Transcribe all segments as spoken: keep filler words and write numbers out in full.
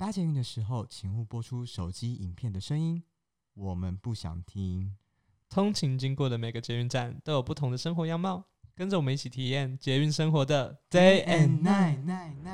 搭捷运的时候，请勿播出手机影片的声音，我们不想听。 通勤经过的每个捷运站都有不同的生活样貌，跟着我们一起体验捷运生活的 Day and Night。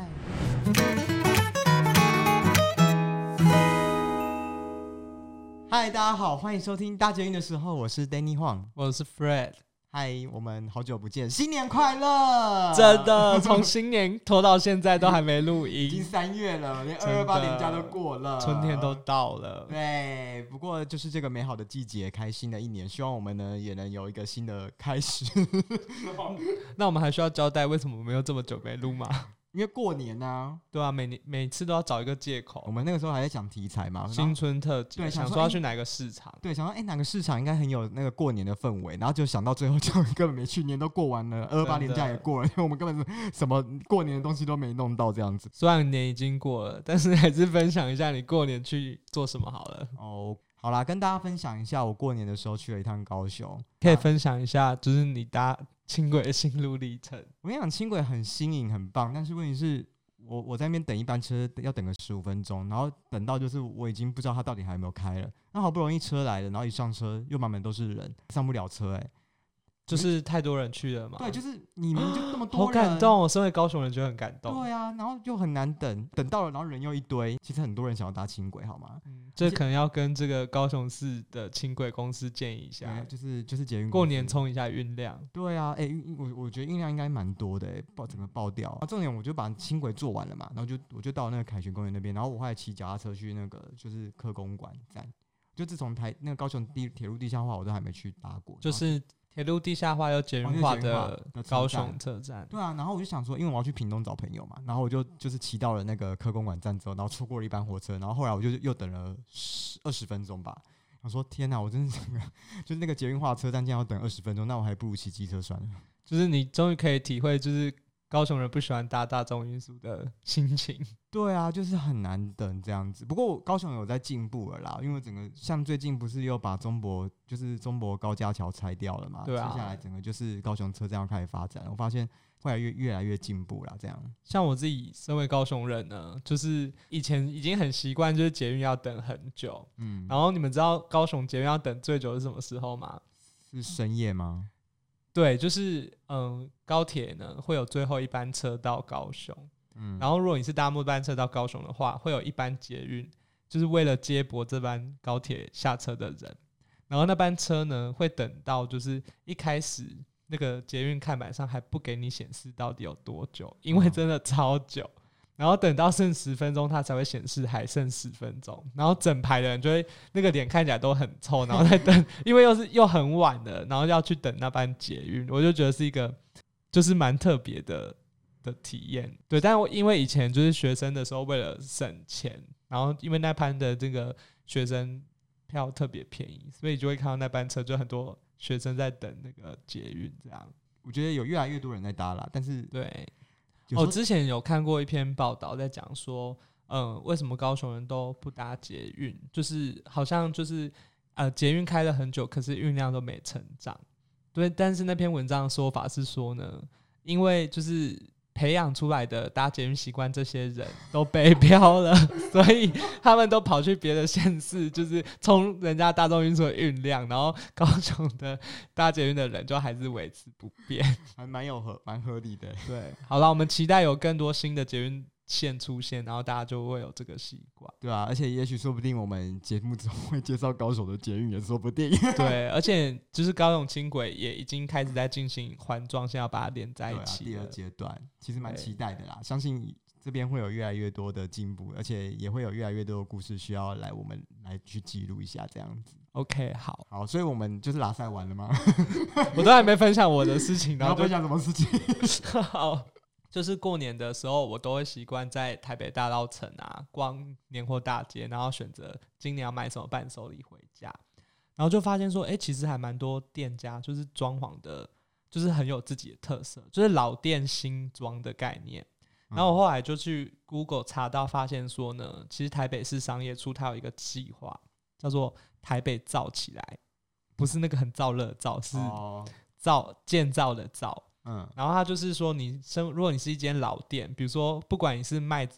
嗨，大家好，欢迎收听搭捷运的时候，我是 Danny Huang， 我是 Fred。 嗨，我们好久不见，新年快乐！ 真的，从新年拖到现在都还没录音， 已经三月了，连二二八连假都过了， 春天都到了。 对，不过就是这个美好的季节，开心的一年，希望我们呢也能有一个新的开始。 那我们还需要交代为什么我们又这么久没录吗？ 因为过年啊， 对啊，每年每次都要找一个借口。 我们那个时候还在讲题材嘛， 新春特辑， 对， 想说要去哪个市场， 对，想说哎、欸、哪个市场应该很有那个过年的氛围，然后就想到最后就根本没去，年都过完了，二二八年假也过了，因为我们根本是什么过年的东西都没弄到这样子。 虽然年已经过了，但是还是分享一下你过年去做什么好了。 哦，好啦，跟大家分享一下我过年的时候去了一趟高雄， 可以分享一下就是你搭轻轨的心路历程。 我跟你讲，轻轨很新颖很棒，但是问题是我我在那边等一班车要等个十五分钟，然后等到就是我已经不知道他到底还有没有开了，那好不容易车来了，然后一上车又满满都是人，上不了车。哎、欸， 就是太多人去了嘛。 对，就是你们就那么多人， 好感动，我身为高雄人觉得很感动。 对啊，然后就很难等，等到了，然后人又一堆，其实很多人想要搭轻轨，好吗？ 嗯，这可能要跟这个高雄市的轻轨公司建议一下， 就是就是捷运过年冲一下运量。 对啊，哎、欸，我我觉得运量应该蛮多的、欸，爆整个爆掉。啊，重点我就把轻轨做完了嘛，然后就我就到那个凯旋公园那边，然后我后来骑脚踏车去那个就是科公馆站，就自从台那个高雄地铁路地下化，我都还没去搭过， 就是铁路地下化又捷运化的高雄车站。 对啊，然后我就想说，因为我要去屏东找朋友嘛，然后我就就是骑到了那个科公馆站之后，然后错过了一班火车，然后后来我就又等了二十分钟吧。我说天哪，我真是就是那个捷运化车站竟然要等二十分钟，那我还不如骑机车算了。 就是你终于可以体会，就是高雄人不喜欢搭大众运输的心情。 对啊，就是很难等这样子。不过高雄有在进步了啦，因为整个像最近不是又把中博就是中博高架桥拆掉了嘛， 对啊， 接下来整个就是高雄车站要开始发展，我发现会来越越来越进步啦。这样， 像我自己身为高雄人呢，就是以前已经很习惯，就是捷运要等很久。嗯，然后你们知道高雄捷运要等最久是什么时候吗？ 是深夜吗？ 对，就是嗯，高铁呢会有最后一班车到高雄。嗯，然后如果你是搭末班车到高雄的话，会有一班捷运，就是为了接驳这班高铁下车的人。然后那班车呢，会等到就是一开始那个捷运看板上还不给你显示到底有多久，因为真的超久。然后等到剩十分钟，它才会显示还剩十分钟。然后整排的人就会那个脸看起来都很臭，然后在等，因为又是又很晚了，然后要去等那班捷运，我就觉得是一个就是蛮特别的的体验。对，但因为以前就是学生的时候，为了省钱，然后因为那班的这个学生票特别便宜，所以就会看到那班车就很多学生在等那个捷运这样。 我觉得有越来越多人在搭啦，但是对。我、哦、之前有看过一篇报道，在讲说，嗯，为什么高雄人都不搭捷运？就是好像就是呃，捷运开了很久，可是运量都没成长。对，但是那篇文章的说法是说呢，因为就是培养出来的搭捷运习惯，这些人都北漂了，所以他们都跑去别的县市，就是冲人家大众运输的运量，然后高雄的搭捷运的人就还是维持不变， 还蛮有合蛮合理的。 对，好了，我们期待有更多新的捷运线出现，然后大家就会有这个习惯。 对啊，而且也许说不定我们节目中会介绍高雄的捷运也说不定。 对，而且就是高雄轻轨也已经开始在进行环状线，要把它连在一起、啊。 第二阶段其实蛮期待的啦，相信这边会有越来越多的进步，而且也会有越来越多的故事需要来我们来去记录一下这样子。 OK， 好， 好，所以我们就是拉赛完了吗？ 我都还没分享我的事情， 然后分享什么事情？ 好。就是过年的时候，我都会习惯在台北大稻埕啊逛年货大街，然后选择今年要买什么伴手礼回家，然后就发现说，哎、欸，其实还蛮多店家就是装潢的，就是很有自己的特色，就是老店新装的概念。然后我后来就去 Google 查到，发现说呢，其实台北市商业处它有一个计划，叫做台北造起来，不是那个很燥热的燥，是造建造的造。嗯，然后他就是说你生，如果你是一间老店，比如说不管你是卖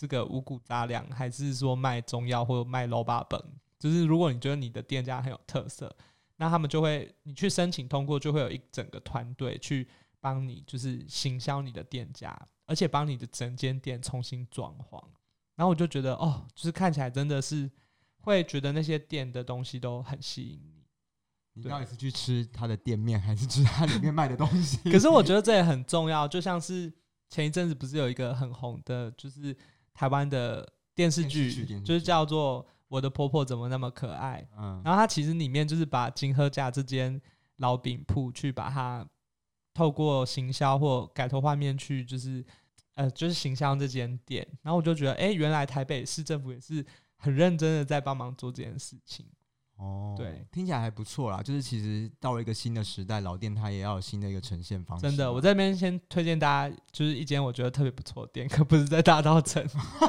这个五谷杂粮，还是说卖中药或卖肉霸本，就是如果你觉得你的店家很有特色，那他们就会你去申请通过，就会有一整个团队去帮你就是行销你的店家，而且帮你的整间店重新装潢。然后我就觉得哦，就是看起来真的是会觉得那些店的东西都很吸引你。 你到底是去吃他的店面，还是吃他里面卖的东西？ 可是我觉得这也很重要，就像是前一阵子不是有一个很红的，就是台湾的电视剧，就是叫做《我的婆婆怎么那么可爱》。嗯，然后它其实里面就是把金鹤架这间老饼铺去把它透过行销或改头换面去，就是呃，就是行销这间店。然后我就觉得，哎、欸，原来台北市政府也是很认真的在帮忙做这件事情。 哦， 对， 听起来还不错啦。就是其实到了一个新的时代，老店它也要有新的一个呈现方式。 真的，我在这边先推荐大家，就是一间我觉得特别不错的店，可不是在大稻埕。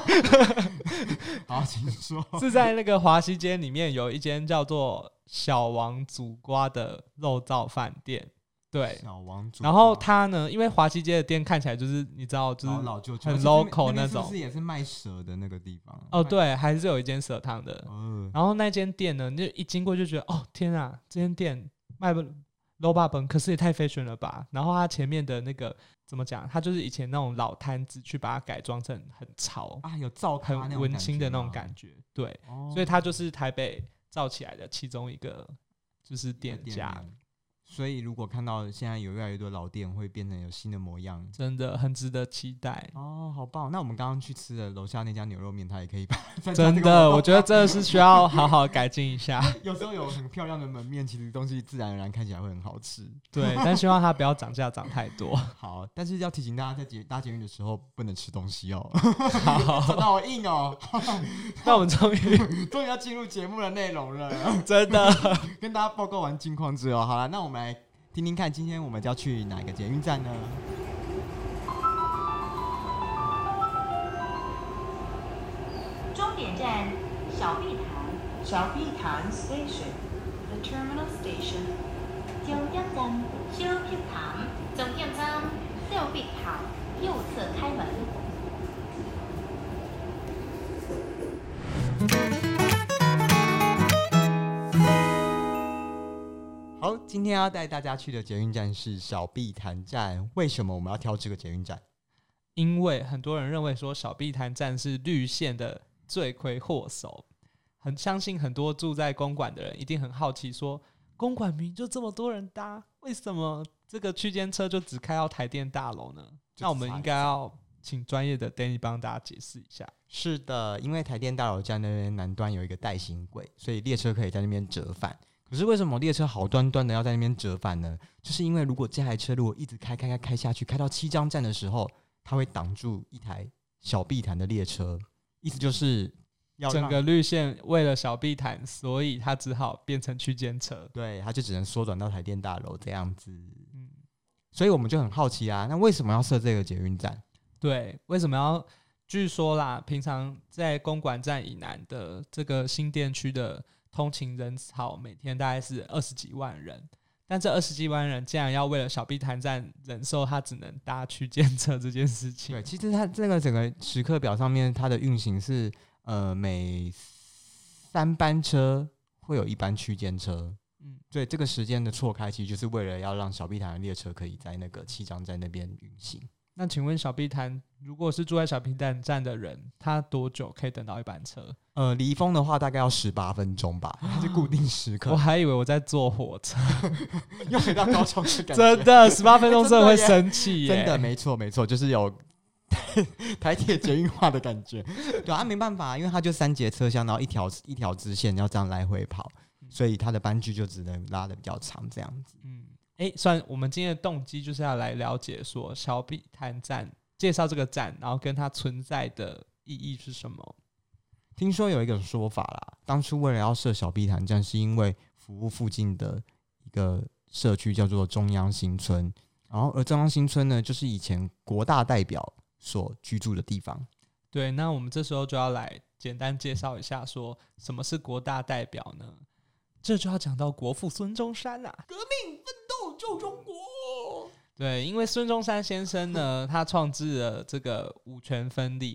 好，请说。 是在那个华西街里面有一间叫做小王煮瓜的肉燥饭店。对， 小王煮。 然后它呢，因为华西街的店看起来就是你知道，就是很 local 那种， 是不是也是卖蛇的那个地方？ 哦，对，还是有一间蛇汤的。嗯，然后那间店呢，你就一经过就觉得，哦，天啊，这间店卖不 low 霸本，可是也太 fashion 了吧？然后它前面的那个怎么讲？它就是以前那种老摊子，去把它改装成很潮啊，有造咖很文青的那种感觉。对，哦、所以它就是台北造起来的其中一个就是店家。 所以如果看到现在有越来越多老店会变成有新的模样， 真的很值得期待哦，好棒！那我们刚刚去吃的楼下那家牛肉面，它也可以把真的，我觉得真的是需要好好改进一下。 有时候有很漂亮的门面，其实东西自然而然看起来会很好吃。 对，但希望它不要涨价涨太多。 好，但是要提醒大家，在搭捷运的时候不能吃东西哦。好，真的好硬哦。 那我们终于终于要进入节目的内容了， 真的跟大家报告完近况之后，好了，那我们来听听看，今天我们要去哪一个捷运站呢？ 终点站小碧潭，小碧潭 Station，The Terminal Station。终点站小碧潭，终点站小碧潭，右侧开门。 好，今天要带大家去的捷运站是小碧潭站。为什么我们要挑这个捷运站？ 因为很多人认为说小碧潭站是绿线的罪魁祸首，很相信很多住在公馆的人一定很好奇说，公馆明明就这么多人搭，为什么这个区间车就只开到台电大楼呢？那我们应该要请专业的 Danny 帮大家解释一下。 是的，因为台电大楼站那边南端有一个带行轨，所以列车可以在那边折返。可是为什么列车好端端的要在那边折返呢？就是因为如果这台车如果一直开开开开下去，开到七张站的时候，它会挡住一台小碧潭的列车，意思就是要整个绿线为了小碧潭，所以它只好变成区间车。 对，它就只能缩短到台电大楼这样子。嗯，所以我们就很好奇啊，那为什么要设这个捷运站？ 对，为什么要？据说啦，平常在公馆站以南的这个新店区的通勤人潮每天大概是二十几万人，但这二十几万人竟然要为了小碧潭站忍受他只能搭区间车这件事情。 对，其实它这个整个时刻表上面，它的运行是呃每三班车会有一班区间车。嗯，对，这个时间的错开，其实就是为了要让小碧潭的列车可以在那个七张站那边运行。 那请问小碧潭，如果是住在小碧潭站的人，他多久可以等到一班车？ 呃，离峰的话大概要十八分钟吧，它是固定时刻。 我还以为我在坐火车， 又回到高雄的感觉。 真的，十八分钟真的会生气耶！ 真的，没错没错，就是有台铁捷运化的感觉。对啊，没办法，因为它就三节车厢，然后一条一条支线要这样来回跑，所以它的班距就只能拉得比较长，这样子。嗯。 哎，算我们今天的动机就是要来了解说小碧潭站，介绍这个站，然后跟它存在的意义是什么。 听说有一个说法啦，当初为了要设小碧潭站，是因为服务附近的一个社区叫做中央新村，然后而中央新村呢，就是以前国大代表所居住的地方。 对，那我们这时候就要来简单介绍一下，说什么是国大代表呢？这就要讲到国父孙中山啊，革命奋斗救中国。对，因为孙中山先生呢，他创制了这个五权分立嘛，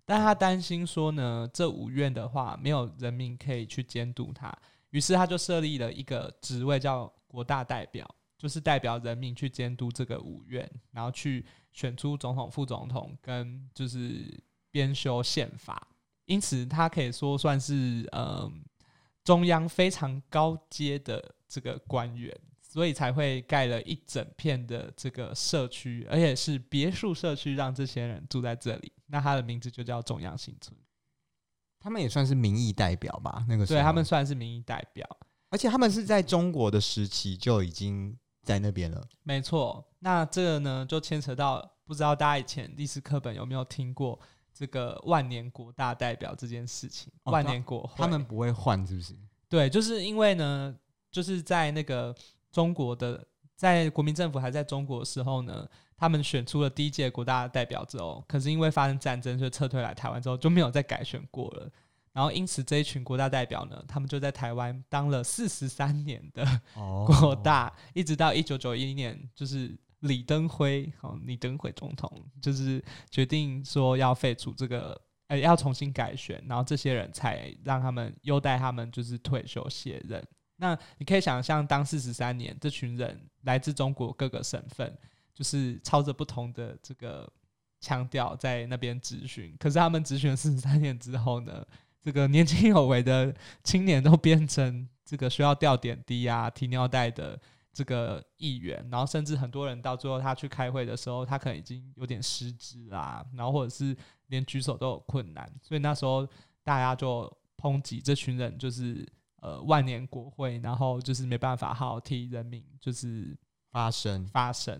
但他担心说呢，这五院的话没有人民可以去监督他，于是他就设立了一个职位叫国大代表，就是代表人民去监督这个五院，然后去选出总统、副总统跟就是编修宪法。因此他可以说算是呃中央非常高阶的这个官员，所以才会盖了一整片的这个社区，而且是别墅社区，让这些人住在这里。那他的名字就叫中央新村。 他们也算是民意代表吧，那个时候对，他们算是民意代表， 而且他们是在中国的时期就已经在那边了。 没错。那这个呢，就牵扯到不知道大家以前历史课本有没有听过这个万年国大代表这件事情。哦、万年国会他们不会换是不是？ 对，就是因为呢，就是在那个中国的，在国民政府还在中国的时候呢，他们选出了第一届国大代表之后，可是因为发生战争，所以撤退来台湾之后就没有再改选过了。然后因此这一群国大代表呢，他们就在台湾当了四十三年的国大，哦、一直到一九九一年，就是李登辉，哦，李登辉总统就是决定说要废除这个，呃，要重新改选，然后这些人才让他们优待他们，就是退休卸任。那你可以想象，当四十三年，这群人来自中国各个省份，就是操着不同的这个腔调在那边质询。可是他们质询了四十三年之后呢，这个年轻有为的青年都变成这个需要吊点滴啊、提尿袋的这个议员，然后甚至很多人到最后他去开会的时候，他可能已经有点失智啊，然后或者是连举手都有困难，所以那时候大家就抨击这群人就是呃万年国会，然后就是没办法好好替人民就是发声发声。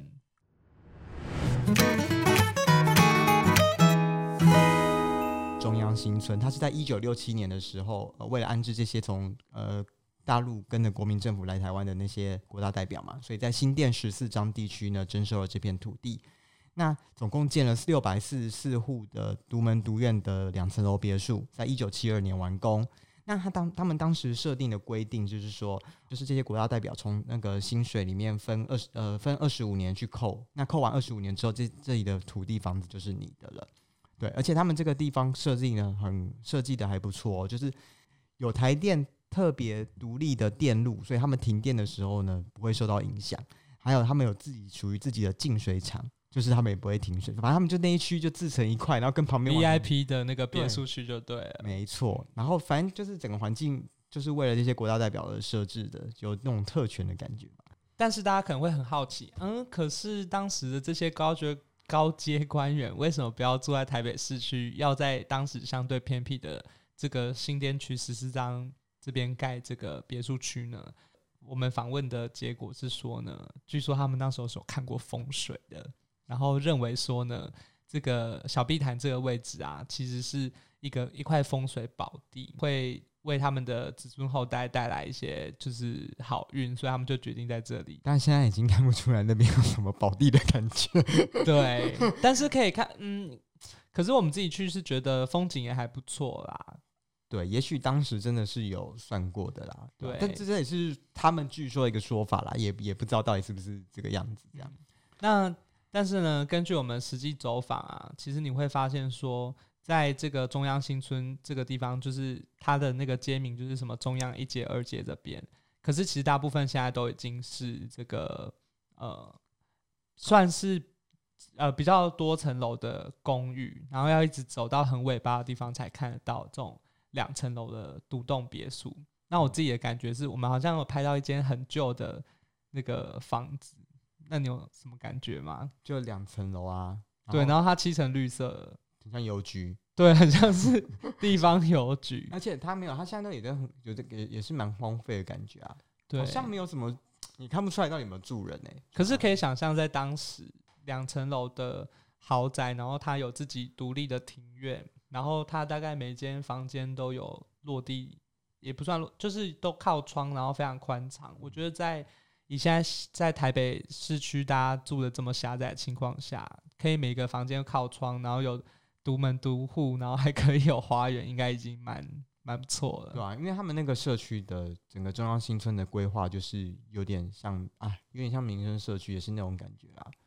中央新村，它是在一九六七年的时候，呃，为了安置这些从呃大陆跟着国民政府来台湾的那些国大代表嘛，所以在新店十四张地区呢征收了这片土地。那总共建了六百四十四户的独门独院的两层楼别墅，在一九七二年完工。那他当他们当时设定的规定就是说，就是这些国大代表从那个薪水里面分二十呃分二十五年去扣，那扣完二十五年之后，这这里的土地房子就是你的了。对，而且他们这个地方设计呢，很设计的还不错哦，就是有台电特别独立的电路，所以他们停电的时候呢不会受到影响。还有他们有自己属于自己的净水厂，就是他们也不会停水，反正他们就那一区就自成一块，然后跟旁边 V I P 的那个别墅区就对了， 没错。然后反正就是整个环境就是为了这些国大代表而设置的，有那种特权的感觉吧。 但是大家可能会很好奇，嗯，可是当时的这些高阶高阶官员为什么不要住在台北市区，要在当时相对偏僻的这个新店区十四张这边盖这个别墅区呢？我们访问的结果是说呢，据说他们那时候是有看过风水的，然后认为说呢，这个小碧潭这个位置啊，其实是一个一块风水宝地，会为他们的子孙后代带来一些就是好运，所以他们就决定在这里。 但现在已经看不出来那边有什么宝地的感觉。 对，但是可以看，嗯，可是我们自己去是觉得风景也还不错啦。 对，也许当时真的是有算过的啦，对， 对， 但这也是他们据说一个说法啦，也也不知道到底是不是这个样子这样。 嗯、那但是呢，根据我们实际走访啊，其实你会发现说，在这个中央新村这个地方，就是它的那个街名就是什么中央一街、二街这边，可是其实大部分现在都已经是这个呃，算是呃比较多层楼的公寓，然后要一直走到很尾巴的地方才看得到这种两层楼的独栋别墅。那我自己的感觉是我们好像有拍到一间很旧的那个房子，那你有什么感觉吗？ 就两层楼啊， 对，然后它漆成绿色的， 很像邮局， 对，很像是地方邮局。 而且它没有，它现在都也很有这个也是蛮荒废的感觉啊， 对， 好像没有什么，你看不出来到底有没有住人欸。 可是可以想象，在当时两层楼的豪宅，然后它有自己独立的庭院，然后它大概每间房间都有落地，也不算，就是都靠窗，然后非常宽敞。我觉得在以现在在台北市区大家住的这么狭窄的情况下，可以每个房间靠窗，然后有独门独户，然后还可以有花园，应该已经蛮蛮不错了。 对啊，因为他们那个社区的整个中央新村的规划就是有点像啊，有点像民生社区，也是那种感觉啊。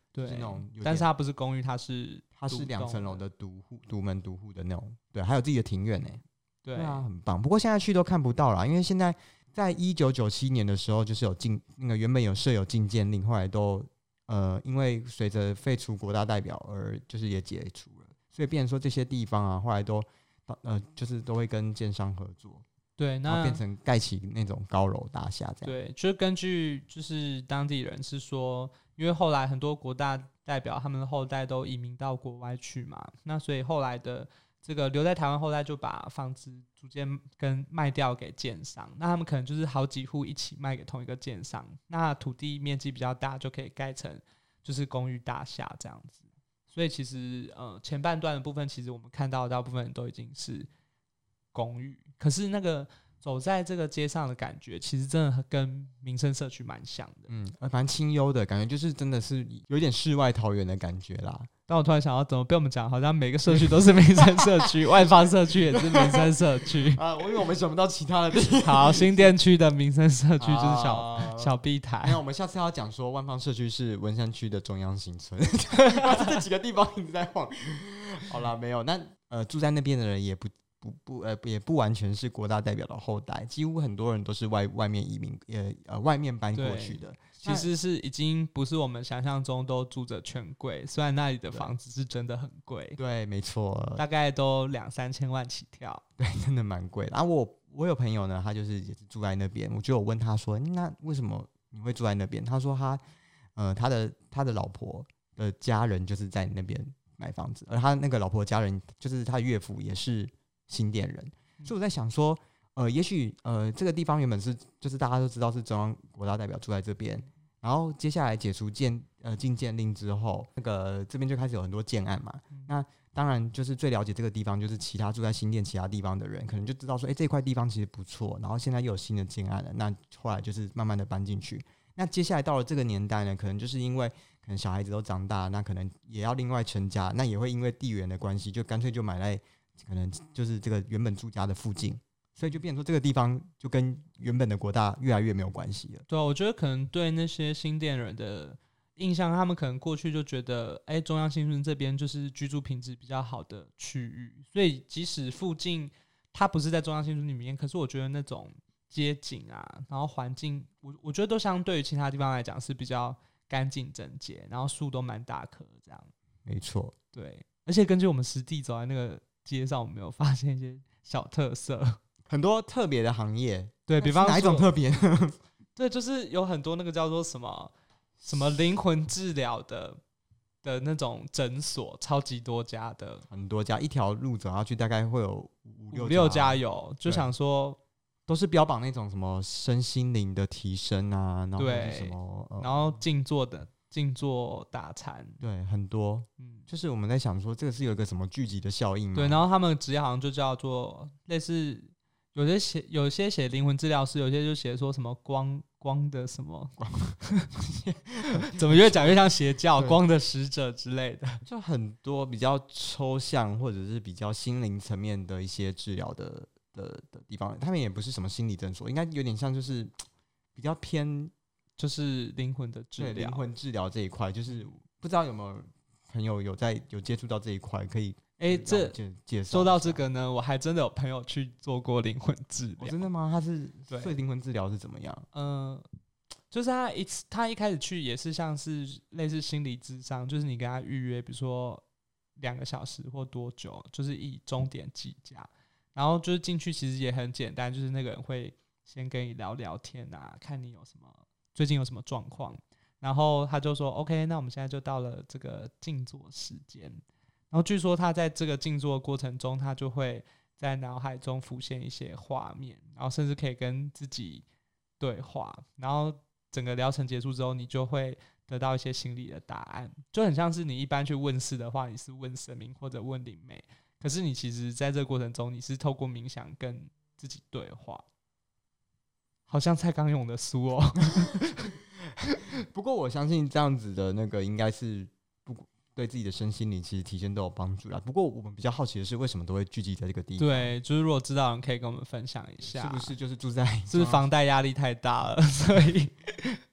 对， 就是那种有点， 但是它不是公寓，它是它是两层楼的独户、独门独户的那种，对，还有自己的庭院呢、欸。 对, 对啊，很棒。不过现在去都看不到啦，因为现在在一九九七年的时候，就是有禁那个原本有设有禁建令，后来都呃因为随着废除国大代表而就是也解除了，所以变成说这些地方啊，后来都呃就是都会跟建商合作。 对，那然后变成盖起那种高楼大厦这样。 对，就是根据就是当地人是说，因为后来很多国大代表他们的后代都移民到国外去嘛，那所以后来的这个留在台湾后代就把房子逐渐跟卖掉给建商，那他们可能就是好几户一起卖给同一个建商，那土地面积比较大，就可以盖成就是公寓大厦这样子。所以其实呃前半段的部分，其实我们看到的大部分都已经是公寓，可是那个走在这个街上的感觉，其实真的跟民生社区蛮像的， 嗯，蛮清幽的感觉，就是真的是有点世外桃源的感觉啦。 但我突然想到，怎么被我们讲好像每个社区都是民生社区，万芳社区也是民生社区啊，我以为我们想不到其他的地方。 好，新店区的民生社区就是小、啊、小碧台。 没有，我们下次要讲说万芳社区是文山区的中央新村，这几个地方一直在晃。好啦，没有，那呃住在那边的人也不。不不呃也不完全是国大代表的后代，几乎很多人都是外外面移民呃呃外面搬过去的。 其实是已经不是我们想象中都住着权贵，虽然那里的房子是真的很贵， 对，没错， 大概都两三千万起跳， 对，真的蛮贵的。然后我我有朋友呢，他就是也是住在那边，我就有问他说，那为什么你会住在那边？他说他呃他的他的老婆的家人就是在那边买房子，而他那个老婆的家人就是他的岳父也是新店人，所以我在想说，呃，也许呃这个地方原本是就是大家都知道是中央国大代表住在这边，然后接下来解除建呃禁建令之后，那个这边就开始有很多建案嘛。嗯、那当然就是最了解这个地方，就是其他住在新店其他地方的人，可能就知道说，哎、欸，这块地方其实不错，然后现在又有新的建案了，那后来就是慢慢的搬进去。那接下来到了这个年代呢，可能就是因为可能小孩子都长大，那可能也要另外成家，那也会因为地缘的关系，就干脆就买来。可能就是这个原本住家的附近，所以就变成说这个地方就跟原本的国大越来越没有关系了。 对啊，我觉得可能对那些新店人的印象，他们可能过去就觉得，哎、欸，中央新村这边就是居住品质比较好的区域，所以即使附近它不是在中央新村里面，可是我觉得那种街景啊，然后环境，我我觉得都相对于其他地方来讲是比较干净整洁，然后树都蛮大棵这样。 没错， 对，而且根据我们实地走在那个街上，我们有发现一些小特色， 很多特别的行业。 对，比方说哪一种特别？ 对，就是有很多那个叫做什么什么灵魂治疗的的那种诊所，超级多家的， 很多家，一条路走下去大概会有五六五六家有，就想说都是标榜那种什么身心灵的提升啊，然后是什么， 呃、然后静坐的。静坐打禅， 对，很多，嗯，就是我们在想说，这个是有一个什么聚集的效应吗？ 对，然后他们职业好像就叫做类似，有些写有些写灵魂治疗师，有些就写说什么光光的什么光，怎么越讲越像邪教，光的使者之类的， 就很多比较抽象或者是比较心灵层面的一些治疗的的的地方，他们也不是什么心理诊所，应该有点像就是比较偏。 就是灵魂的治疗， 灵魂治疗这一块，就是不知道有没有朋友有在有接触到这一块，可以哎、欸，这介绍。 说到这个呢，我还真的有朋友去做过灵魂治疗、 哦。真的吗？他是对，所以灵魂治疗是怎么样？ 嗯、呃，就是他一次他一开始去也是像是类似心理咨商，就是你跟他预约，比如说两个小时或多久，就是以钟点计价，然后就是进去其实也很简单，就是那个人会先跟你聊聊天啊，看你有什么。最近有什么状况？然后他就说 ：“OK， 那我们现在就到了这个静坐时间。”然后据说他在这个静坐的过程中，他就会在脑海中浮现一些画面，然后甚至可以跟自己对话。然后整个疗程结束之后，你就会得到一些心理的答案，就很像是你一般去问事的话，你是问神明或者问灵媒，可是你其实在这个过程中，你是透过冥想跟自己对话。好像蔡康永的书哦， 不过我相信这样子的那个应该是不对自己的身心灵其实提升都有帮助啦。不过我们比较好奇的是，为什么都会聚集在这个地方？ 对，就是如果知道的人可以跟我们分享一下， 是不是就是住在是不是房贷压力太大了，所以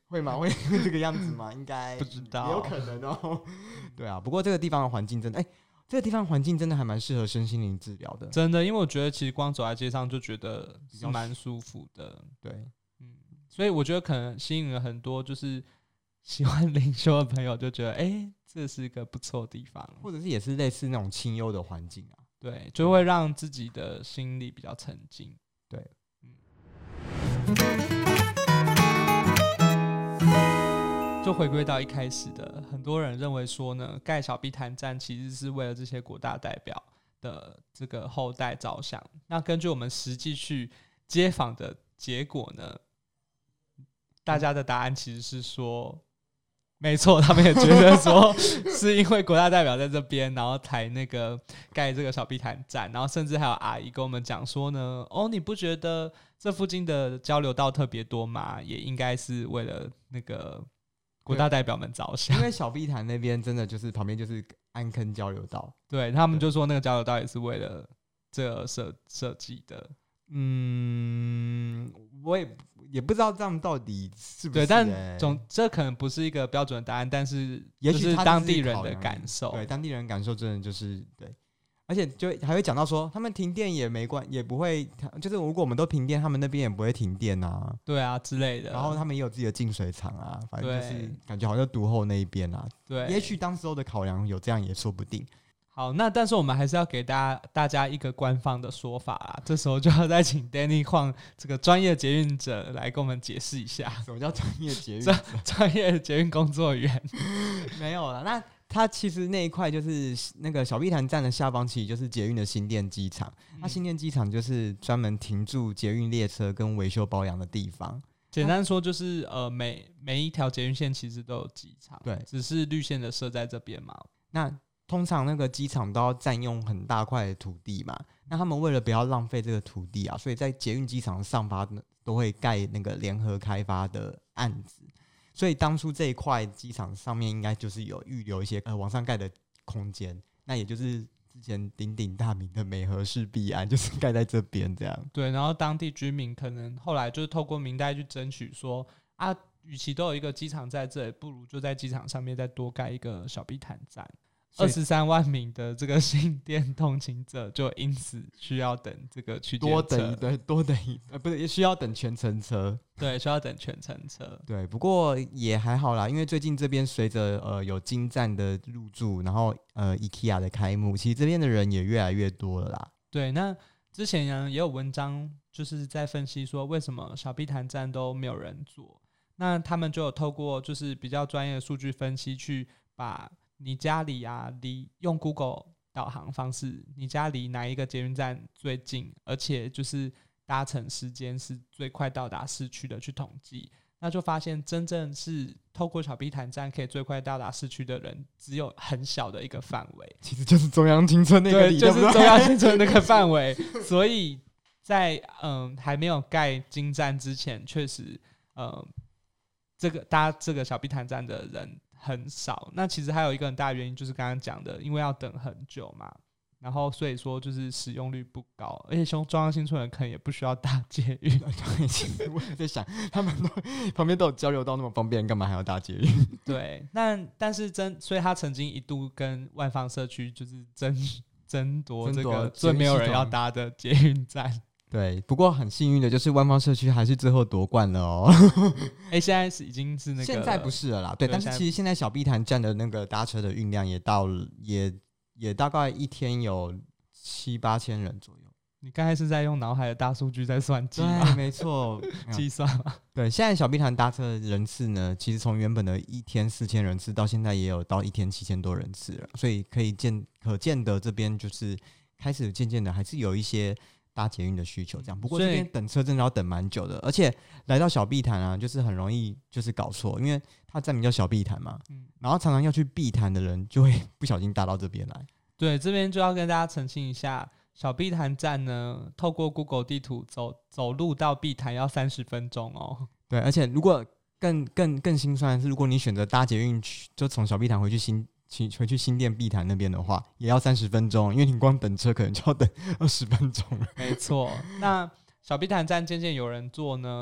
会吗？会这个样子吗？应该不知道， 也有可能哦。对啊，不过这个地方的环境真的，哎、欸，这个地方环境真的还蛮适合身心灵治疗的。 真的，因为我觉得其实光走在街上就觉得是蛮舒服的。 对， 嗯，所以我觉得可能吸引了很多就是喜欢灵修的朋友，就觉得哎、欸，这是一个不错的地方， 或者是也是类似那种清幽的环境啊。 对，就会让自己的心理比较沉静。 对， 嗯。就回归到一开始的，很多人认为说呢，盖小碧潭站其实是为了这些国大代表的这个后代着想。那根据我们实际去街访的结果呢，大家的答案其实是说，没错，他们也觉得说是因为国大代表在这边，然后才那个盖这个小碧潭站，然后甚至还有阿姨跟我们讲说呢，哦，你不觉得这附近的交流道特别多吗？也应该是为了那个国大代表们着想， 因为小碧潭那边真的就是旁边就是安坑交流道， 对，他们就说那个交流道也是为了这个设设计的。 嗯，我也也不知道这样到底是不是、欸、 对，但总这可能不是一个标准的答案，但是也许是当地人的感受， 对，当地人感受真的就是对。而且就还会讲到说，他们停电也没关，也不会，就是如果我们都停电，他们那边也不会停电啊， 对啊之类的。 然后他们也有自己的净水厂啊，反正就是感觉好像独后那一边啊。 对， 也许当时候的考量有这样也说不定。 好，那但是我们还是要给大家大家一个官方的说法啦。这时候就要再请 Danny Huang 这个专业捷运者来跟我们解释一下， 什么叫专业捷运者？ 专业捷运工作员没有了。那它其实那一块就是那个小碧潭站的下方，其实就是捷运的新店机场。那、嗯、新店机场就是专门停驻捷运列车跟维修保养的地方。 简单说就是呃，每每一条捷运线其实都有机场， 对， 只是绿线的设在这边嘛。 那通常那个机场都要占用很大块的土地嘛，那他们为了不要浪费这个土地啊，所以在捷运机场上发都会盖那个联合开发的案子。所以当初这一块机场上面应该就是有预留一些呃往上盖的空间，那也就是之前鼎鼎大名的美和式弊案，就是盖在这边这样。 对，然后当地居民可能后来就是透过民代去争取说啊，与其都有一个机场在这里，不如就在机场上面再多盖一个小碧潭站。二十三万名的这个新店通勤者就因此需要等这个区间车， 多等一对，多等一呃，不是，也需要等全程车， 对，需要等全程车。 对，不过也还好啦，因为最近这边随着呃有京站的入驻，然后呃 IKEA 的开幕，其实这边的人也越来越多了啦。 对，那之前呢也有文章就是在分析说为什么小碧潭站都没有人做，那他们就有透过就是比较专业的数据分析去把你家里啊，离用 Google 导航方式，你家离哪一个捷运站最近，而且就是搭乘时间是最快到达市区的去统计，那就发现真正是透过小碧潭站可以最快到达市区的人，只有很小的一个范围， 其实就是中央青春那个里， 对，就是中央青春那个范围。所以在嗯还没有盖京站之前，确实嗯这个搭这个小碧潭站的人很少。那其实还有一个很大的原因就是刚刚讲的，因为要等很久嘛，然后所以说就是使用率不高，而且中央新村人可能也不需要搭捷运。 我也在想，他们都旁边都有交流道那么方便，干嘛还要搭捷运？ 对，那但是真，所以他曾经一度跟万方社区就是争争夺这个最没有人要搭的捷运站。 对，不过很幸运的就是万方社区还是最后夺冠了哦。 哎、欸，现在是已经是那个， 现在不是了啦。对，但是其实现在小碧潭站的那个搭车的运量也到了，也也大概一天有七八千人左右。 你刚才是在用脑海的大数据在算计吗？ 对，没错， 计算吗？ 对，现在小碧潭搭车的人次呢，其实从原本的一天四千人次，到现在也有到一天七千多人次了，所以可以见可见的这边就是开始渐渐的还是有一些搭捷运的需求，这样。不过这边等车真的要等蛮久的，而且来到小碧潭啊，就是很容易就是搞错，因为它站名叫小碧潭嘛，嗯，然后常常要去碧潭的人就会不小心搭到这边来。对， 这边就要跟大家澄清一下，小碧潭站呢，透过 Google 地图走走路到碧潭要三十分钟哦。 对，而且如果更更更心酸的是，如果你选择搭捷运去，就从小碧潭回去新回去新店碧潭那边的话，也要三十分钟，因为你光等车可能就要等二十分钟了。 没错，那小碧潭站渐渐有人坐呢，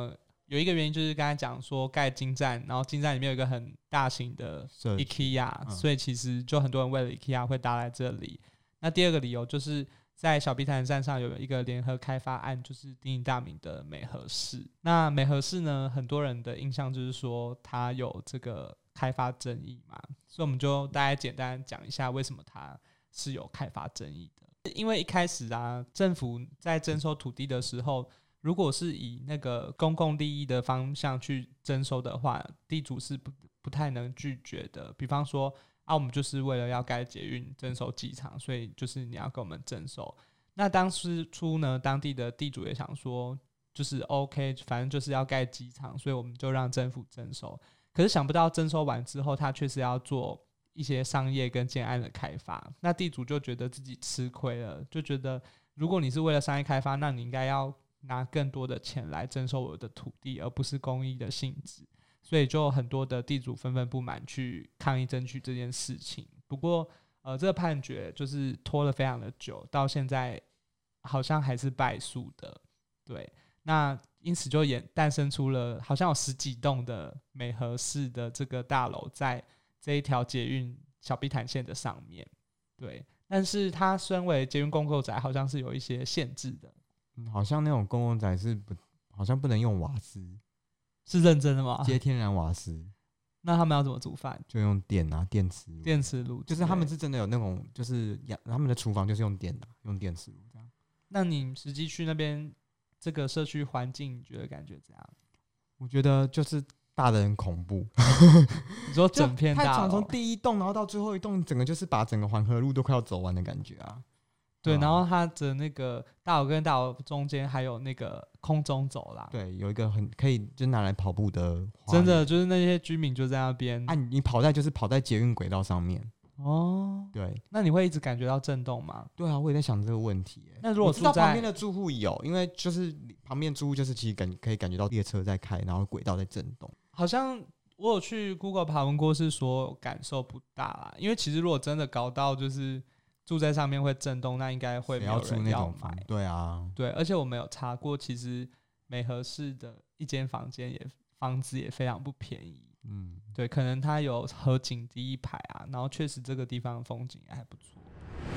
有一个原因就是刚才讲说盖金站，然后金站里面有一个很大型的 IKEA，、嗯、所以其实就很多人为了 IKEA 会搭来这里。那第二个理由就是在小碧潭站上有一个联合开发案，就是鼎鼎大名的美和市。那美和市呢，很多人的印象就是说它有这个开发争议嘛，所以我们就大概简单讲一下为什么它是有开发争议的。因为一开始啊，政府在征收土地的时候，如果是以那个公共利益的方向去征收的话，地主是 不, 不太能拒绝的。比方说啊，我们就是为了要盖捷运征收机场，所以就是你要跟我们征收。那当初呢，当地的地主也想说，就是 OK， 反正就是要盖机场，所以我们就让政府征收。可是想不到征收完之后，他确实要做一些商业跟建案的开发，那地主就觉得自己吃亏了，就觉得如果你是为了商业开发，那你应该要拿更多的钱来征收我的土地，而不是公益的性质。所以就很多的地主纷纷不满去抗议争取这件事情。不过呃，这个判决就是拖了非常的久，到现在好像还是败诉的。对，那因此就也诞生出了好像有十几栋的美和市的这个大楼在这一条捷运小碧潭线的上面。对，但是它身为捷运公共宅好像是有一些限制的。 嗯、好像那种公共宅是不好像不能用瓦斯。 是认真的吗？ 接天然瓦斯。 那他们要怎么煮饭？ 就用电啊，电磁炉。 电磁炉就是他们是真的有那种，就是他们的厨房就是用电的，用电磁炉这样。 那你实际去那边这个社区环境，你觉得感觉怎样？ 我觉得就是大的很恐怖。 你说整片大楼， 从第一栋然后到最后一栋，整个就是把整个环河路都快要走完的感觉啊。 对，然后它的那个大楼跟大楼中间还有那个空中走廊， 对，有一个很可以就拿来跑步的花园， 真的就是那些居民就在那边啊，你跑在就是跑在捷运轨道上面哦。 对， 那你会一直感觉到震动吗？ 对啊，我也在想这个问题、欸。 那如果住在我知道旁边的住户有，因为就是旁边住户就是其实感可以感觉到列车在开，然后轨道在震动。 好像我有去 Google 爬文过，是说感受不大啦，因为其实如果真的搞到就是住在上面会震动，那应该会没有人要买。 对啊， 对，而且我们有查过，其实美和市的一间房间也房子也非常不便宜。嗯，对，可能它有河景第一排啊，然后确实这个地方的风景也还不错。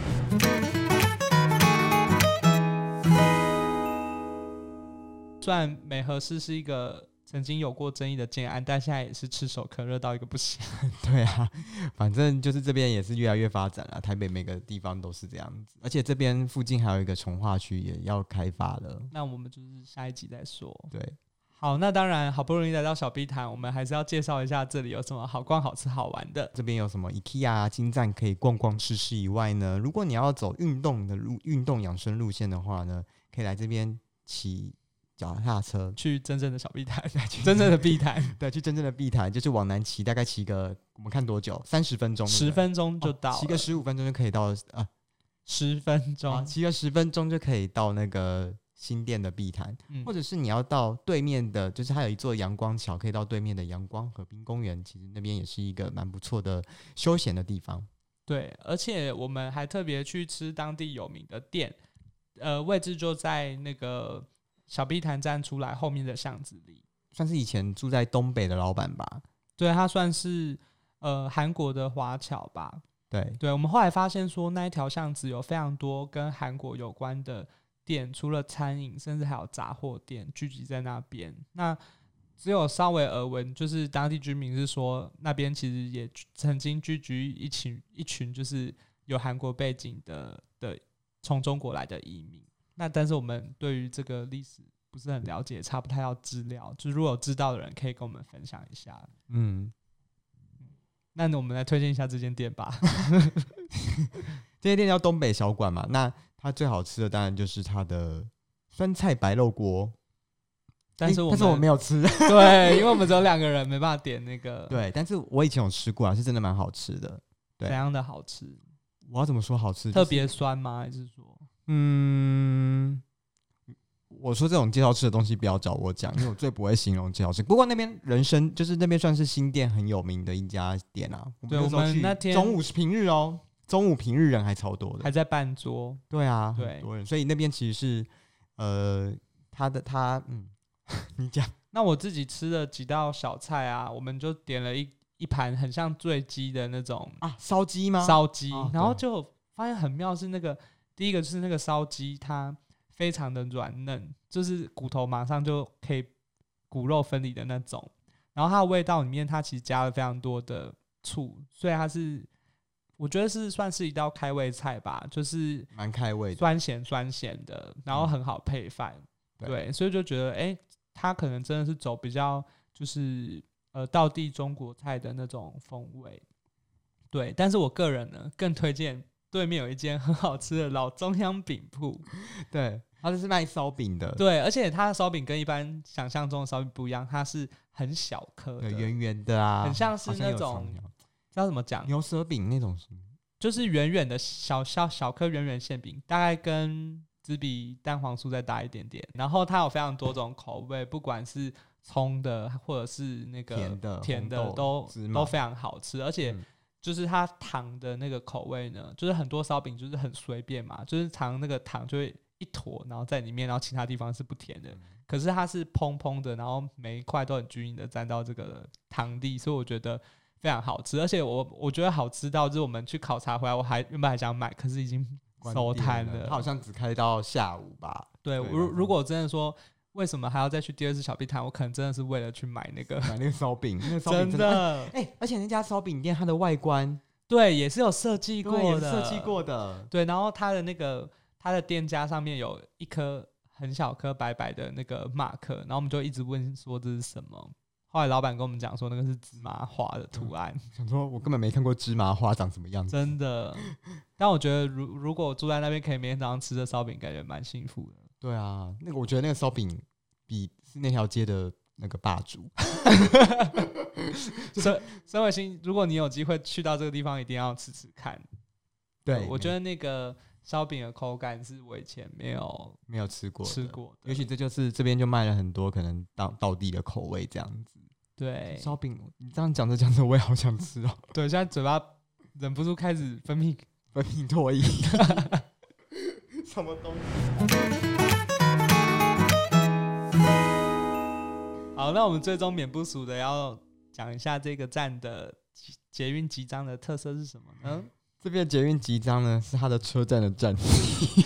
虽然美和市是一个曾经有过争议的建案，但现在也是炙手可热到一个不行。 对啊，反正就是这边也是越来越发展了，台北每个地方都是这样子，而且这边附近还有一个重划区也要开发了。 那我们就是下一集再说。 对， 好，那当然好不容易来到小碧潭，我们还是要介绍一下这里有什么好逛、好吃、好玩的。 这边有什么 IKEA 金站可以逛逛吃吃以外呢，如果你要走运动的路、运动养生路线的话呢，可以来这边骑脚踏车去真正的小碧潭，真正的碧潭， 对，去真正的碧潭，就是往南骑，大概骑个我们看多久？三十分钟， 十分钟就到了， 骑、哦、个十五分钟就可以到啊， 十分钟， 骑、啊、个十分钟就可以到那个新店的碧潭、嗯，或者是你要到对面的，就是它有一座阳光桥，可以到对面的阳光河滨公园，其实那边也是一个蛮不错的休闲的地方。 对，而且我们还特别去吃当地有名的店，呃，位置就在那个小碧潭站出来后面的巷子里， 算是以前住在东北的老板吧。 对，他算是呃韩国的华侨吧。 对， 对，我们后来发现说那一条巷子有非常多跟韩国有关的店，除了餐饮，甚至还有杂货店聚集在那边。那只有稍微耳闻，就是当地居民是说，那边其实也曾经聚居一群一群就是有韩国背景的的从中国来的移民。那但是我们对于这个历史不是很了解，查不太到资料，就如果有知道的人可以跟我们分享一下。嗯，那我们来推荐一下这间店吧。 这间店叫东北小馆嘛，那它最好吃的当然就是它的酸菜白肉锅， 但是我、 欸、但是我没有吃。 对，因为我们只有两个人，没办法点那个。 对，但是我以前有吃过啊，是真的蛮好吃的。对， 怎样的好吃？ 我要怎么说好吃？ 特别酸吗？还是说？ 嗯，我说这种介绍吃的东西不要找我讲，因为我最不会形容介绍吃。不过那边人生就是那边算是新店很有名的一家店啊。 对，我们那天中午是平日哦，中午平日人还超多的， 还在办桌。 对啊， 对， 很多人，所以那边其实是呃，他的他嗯， 你讲。 那我自己吃了几道小菜啊，我们就点了一一盘很像醉鸡的那种啊，烧鸡吗？ 烧鸡、 哦， 然后就发现很妙是那个第一个就是那个烧鸡它非常的软嫩，就是骨头马上就可以骨肉分离的那种，然后它的味道里面它其实加了非常多的醋，所以它是我觉得是算是一道开胃菜吧，就是蛮开胃的， 酸咸酸咸的，然后很好配饭、嗯、对，所以就觉得哎、欸，它可能真的是走比较就是呃道地中国菜的那种风味，对，但是我个人呢更推荐对面有一间很好吃的老中央饼铺， 对，它就是卖烧饼的， 对，而且它的烧饼跟一般想象中的烧饼不一样，它是很小颗的， 圆圆的啊， 很像是那种知道怎么讲牛舌饼那种， 就是圆圆的小小小颗圆圆馅饼，大概跟只比蛋黄酥再大一点点，然后它有非常多种口味，不管是葱的或者是那个甜的甜的都都非常好吃，而且就是它糖的那个口味呢，就是很多烧饼就是很随便嘛，就是糖那个糖就会一坨然后在里面，然后其他地方是不甜的，可是它是蓬蓬的，然后每一块都很均匀的沾到这个糖粒，所以我觉得非常好吃，而且我我觉得好吃到就是我们去考察回来，我还原本还想买，可是已经收摊了， 它好像只开到下午吧。 对，如如果真的说为什么还要再去第二次小碧潭，我可能真的是为了去买那个买那个烧饼，那个烧饼真的哎、欸，而且那家烧饼店它的外观对也是有设计过的， 设计过的， 对，然后它的那个它的店家上面有一颗很小颗白白的那个马克，然后我们就一直问说这是什么。后来老板跟我们讲说那个是芝麻花的图案、嗯、 想说我根本没看过芝麻花长什么样子， 真的。但我觉得如如果我住在那边可以每天早上吃的烧饼感觉蛮幸福的。 对啊，那个我觉得那个烧饼比是那条街的那个霸主身身为新，如果你有机会去到这个地方一定要吃吃看。 对， 我觉得那个烧饼的口感是我以前没有没有吃过吃过的， 也许这就是这边就卖了很多可能道道地的口味这样子。 对， 烧饼你这样讲着讲着我也好想吃哦。 对，现在嘴巴忍不住开始分泌分泌唾液什么东西。 好，那我们最终免不俗的要讲一下这个站的捷运集章的特色是什么呢？ 这边的捷运集章呢是它的车站的站体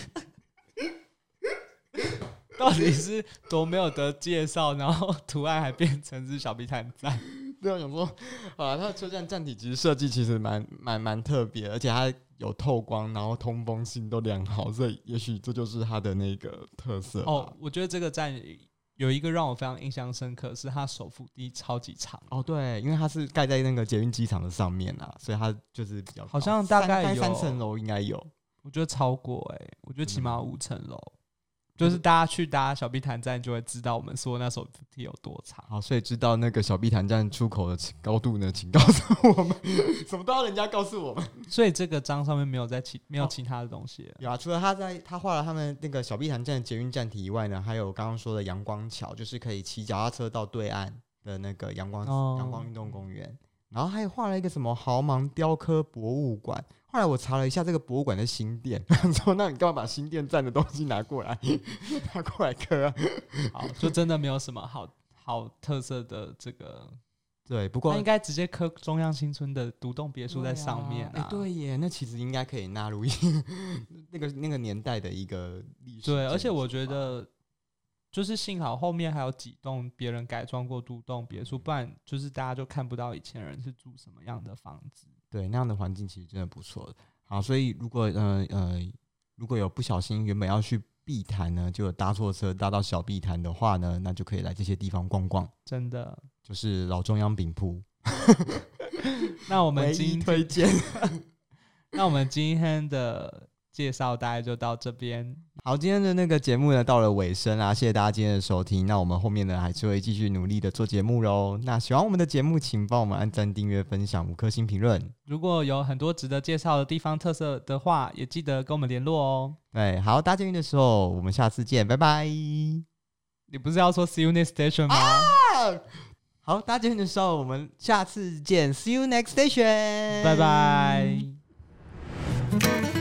到底是多没有得介绍，然后图案还变成是小碧潭站。 对，我想说啊，它的车站站体其实设计其实蛮蛮蛮特别，而且它有透光，然后通风性都良好，所以也许这就是它的那个特色吧。 哦，我觉得这个站有一个让我非常印象深刻，是它手扶梯超级长。 哦，对，因为它是盖在那个捷运机场的上面啊，所以它就是比较高， 好像大概有三层楼应该有， 我觉得超过哎、欸，我觉得起码五层楼。就是大家去搭小碧潭站就会知道我们说那手扶梯有多长。 好，所以知道那个小碧潭站出口的高度呢，请告诉我们。什么都要人家告诉我们。 所以这个章上面没有在其没有其他的东西了、哦。 有啊，除了他在他画了他们那个小碧潭站的捷运站体以外呢，还有刚刚说的阳光桥，就是可以骑脚踏车到对岸的那个阳光阳、哦、光运动公园。然后还画了一个什么豪芒雕刻博物馆。后来我查了一下，这个博物馆在新店，说那你干嘛把新店站的东西拿过来拿过来刻啊？ 好，就真的没有什么好好特色的这个。 对，不过他应该直接刻中央新村的独栋别墅在上面啊。 哎、啊欸，对耶，那其实应该可以纳入一那个那个年代的一个历史。 对，而且我觉得。就是幸好后面还有几栋别人改装过独栋别墅，不然就是大家就看不到以前人是住什么样的房子。 对，那样的环境其实真的不错的。好，所以如果呃呃如果有不小心原本要去碧潭呢，就有搭错车搭到小碧潭的话呢，那就可以来这些地方逛逛。 真的， 就是老中央饼铺。 那我们今天推荐。 那我们今天的介绍大概就到这边。 好，今天的那个节目呢到了尾声啦，谢谢大家今天的收听。那我们后面呢还是会继续努力的做节目咯。那喜欢我们的节目，请帮我们按赞、订阅、分享、五颗星评论。 如果有很多值得介绍的地方特色的话，也记得跟我们联络哦。 对，好，搭捷运的时候我们下次见，拜拜。你不是要说 see you next station 吗？啊、 好，搭捷运的时候我们下次见 ，see you next station， 拜拜。